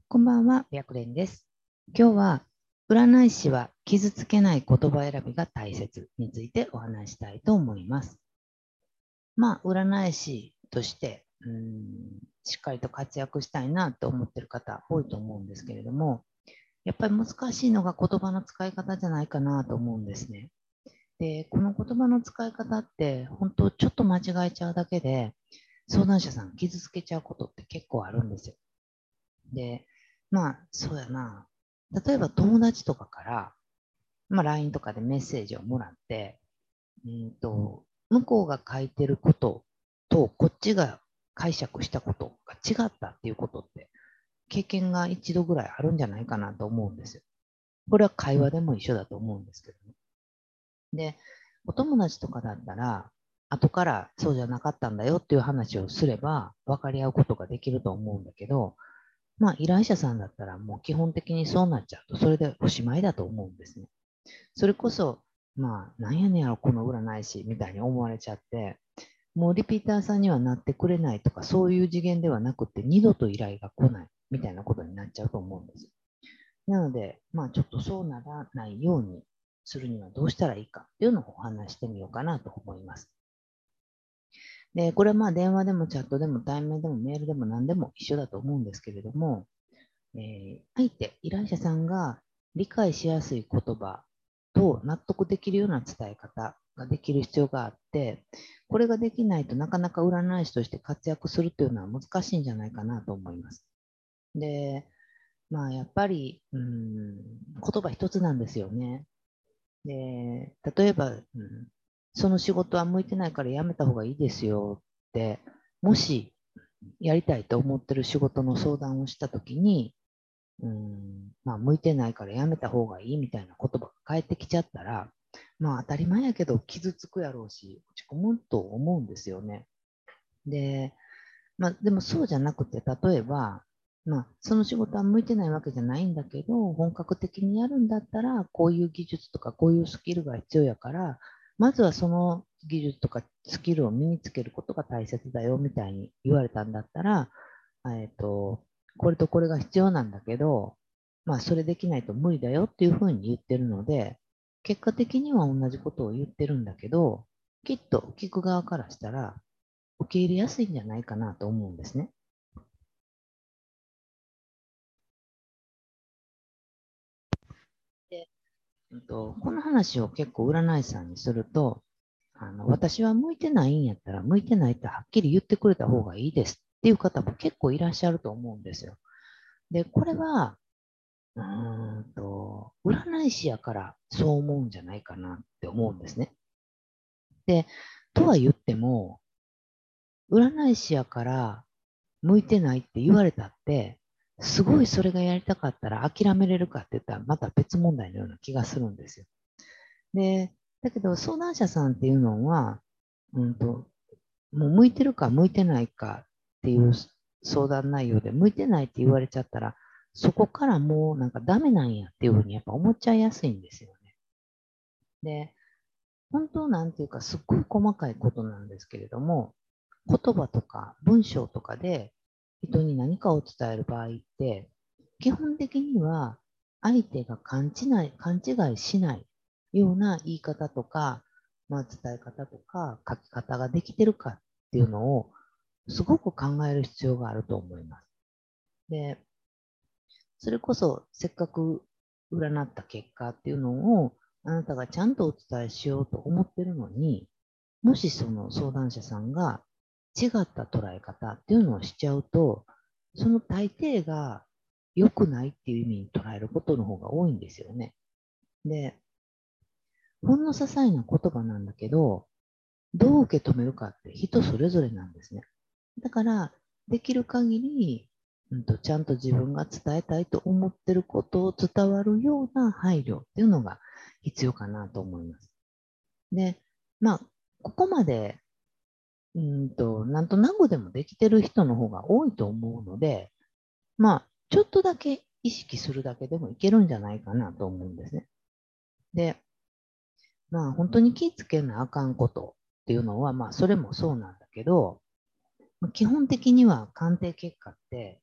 こんばんは、白蓮です。今日は、占い師は傷つけない言葉選びが大切についてお話したいと思います。占い師として、しっかりと活躍したいなと思っている方多いと思うんですけれども、やっぱり難しいのが言葉の使い方じゃないかなと思うんですね。で、この言葉の使い方って、本当ちょっと間違えちゃうだけで、相談者さん傷つけちゃうことって結構あるんですよ。で、そうやな。例えば友達とかから、LINE とかでメッセージをもらって、向こうが書いてることと、こっちが解釈したことが違ったっていうことって、経験が一度ぐらいあるんじゃないかなと思うんですよ。これは会話でも一緒だと思うんですけどね。で、お友達とかだったら、後からそうじゃなかったんだよっていう話をすれば、分かり合うことができると思うんだけど、依頼者さんだったらもう基本的にそうなっちゃうと、それでおしまいだと思うんですね。それこそ、なんやねんやろ、この占い師みたいに思われちゃって、もうリピーターさんにはなってくれないとか、そういう次元ではなくて、二度と依頼が来ないみたいなことになっちゃうと思うんです。なので、ちょっとそうならないようにするにはどうしたらいいかっていうのをお話してみようかなと思います。で、これは電話でもチャットでも対面でもメールでも何でも一緒だと思うんですけれども、相手、依頼者さんが理解しやすい言葉と納得できるような伝え方ができる必要があって、これができないとなかなか占い師として活躍するというのは難しいんじゃないかなと思います。で、やっぱり、言葉一つなんですよね。で、例えば、その仕事は向いてないから辞めた方がいいですよって、もしやりたいと思ってる仕事の相談をしたときに、向いてないからやめた方がいいみたいな言葉が返ってきちゃったら、当たり前やけど傷つくやろうし、落ち込むと思うんですよね。で、でもそうじゃなくて、例えば、その仕事は向いてないわけじゃないんだけど、本格的にやるんだったら、こういう技術とかこういうスキルが必要やから、まずはその技術とかスキルを身につけることが大切だよみたいに言われたんだったら、これとこれが必要なんだけど、それできないと無理だよっていうふうに言ってるので、結果的には同じことを言ってるんだけど、きっと聞く側からしたら、受け入れやすいんじゃないかなと思うんですね。で、この話を結構占い師さんにすると、私は向いてないんやったら、向いてないってはっきり言ってくれた方がいいですっていう方も結構いらっしゃると思うんですよ。で、これは、占い師やからそう思うんじゃないかなって思うんですね。で、とは言っても、占い師やから向いてないって言われたって、すごいそれがやりたかったら諦めれるかって言ったらまた別問題のような気がするんですよ。で、だけど相談者さんっていうのは、もう向いてるか向いてないかっていう相談内容で、向いてないって言われちゃったら、そこからもうなんかダメなんやっていうふうにやっぱ思っちゃいやすいんですよね。で、本当なんていうかすっごい細かいことなんですけれども、言葉とか文章とかで人に何かを伝える場合って、基本的には相手が勘違いしないような言い方とか、伝え方とか書き方ができてるかっていうのをすごく考える必要があると思います。で、それこそせっかく占った結果っていうのをあなたがちゃんとお伝えしようと思ってるのに、もしその相談者さんが違った捉え方っていうのをしちゃうと、その大抵が良くないっていう意味に捉えることの方が多いんですよね。で、ほんの些細な言葉なんだけど、どう受け止めるかって人それぞれなんですね。だから、できる限り、ちゃんと自分が伝えたいと思ってることを伝わるような配慮っていうのが必要かなと思います。で、ここまでなんとなくでもできてる人の方が多いと思うので、ちょっとだけ意識するだけでもいけるんじゃないかなと思うんですね。で、本当に気ぃつけなあかんことっていうのは、それもそうなんだけど、基本的には鑑定結果って、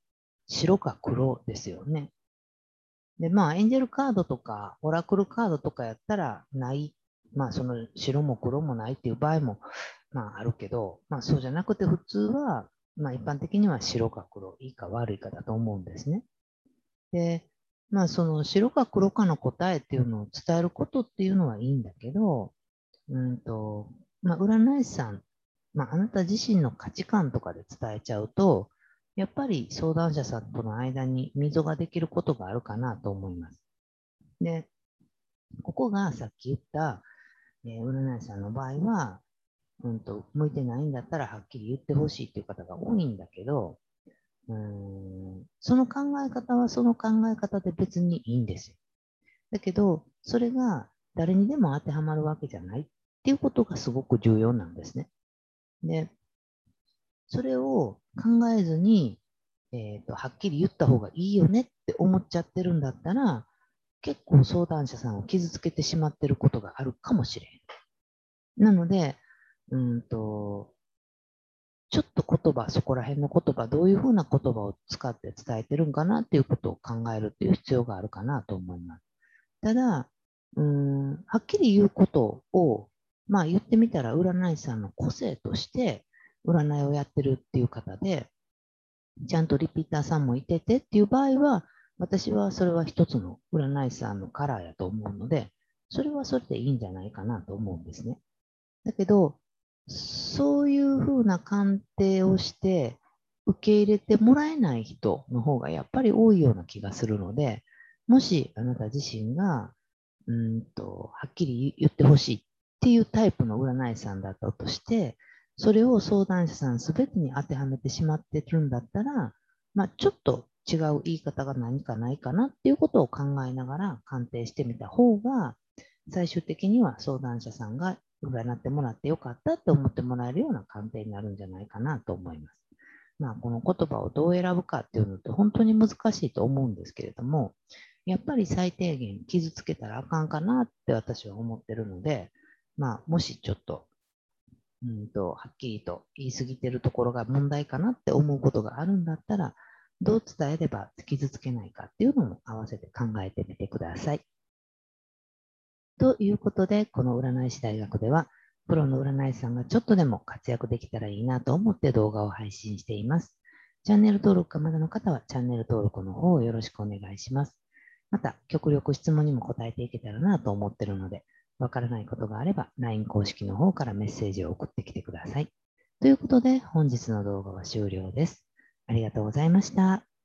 白か黒ですよね。で、まあ、エンジェルカードとか、オラクルカードとかやったらない。まあ、その白も黒もないっていう場合も、まあ、あるけど、まあ、そうじゃなくて普通は、まあ、一般的には白か黒、いいか悪いかだと思うんですね。で、まあ、その白か黒かの答えっていうのを伝えることっていうのはいいんだけど、まあ、占い師さん、まあ、あなた自身の価値観とかで伝えちゃうと、やっぱり相談者さんとの間に溝ができることがあるかなと思います。で、ここがさっき言った、占い師さんの場合は、向いてないんだったらはっきり言ってほしいっていう方が多いんだけど、その考え方はその考え方で別にいいんですよ。だけど、それが誰にでも当てはまるわけじゃないっていうことがすごく重要なんですね。で、それを考えずに、はっきり言った方がいいよねって思っちゃってるんだったら、結構相談者さんを傷つけてしまってることがあるかもしれへん。なので、ちょっと言葉、そこら辺の言葉、どういうふうな言葉を使って伝えてるんかなっていうことを考えるっていう必要があるかなと思います。ただ、はっきり言うことを、まあ言ってみたら占い師さんの個性として占いをやってるっていう方で、ちゃんとリピーターさんもいててっていう場合は、私はそれは一つの占い師さんのカラーやと思うので、それはそれでいいんじゃないかなと思うんですね。だけど、そういうふうな鑑定をして受け入れてもらえない人の方がやっぱり多いような気がするので、もしあなた自身が、はっきり言ってほしいっていうタイプの占い師さんだったとして、それを相談者さんすべてに当てはめてしまってるんだったら、まあ、ちょっと違う言い方が何かないかなっていうことを考えながら鑑定してみた方が、最終的には相談者さんが占ってもらってよかったって思ってもらえるような鑑定になるんじゃないかなと思います。まあ、この言葉をどう選ぶかっていうのって本当に難しいと思うんですけれども、やっぱり最低限傷つけたらあかんかなって私は思ってるので、まあ、もしちょっと、はっきりと言い過ぎてるところが問題かなって思うことがあるんだったら、どう伝えれば傷つけないかっていうのも合わせて考えてみてください。ということで、この占い師大学では、プロの占い師さんがちょっとでも活躍できたらいいなと思って動画を配信しています。チャンネル登録がまだの方はチャンネル登録の方をよろしくお願いします。また、極力質問にも答えていけたらなと思っているので、わからないことがあれば LINE 公式の方からメッセージを送ってきてください。ということで、本日の動画は終了です。ありがとうございました。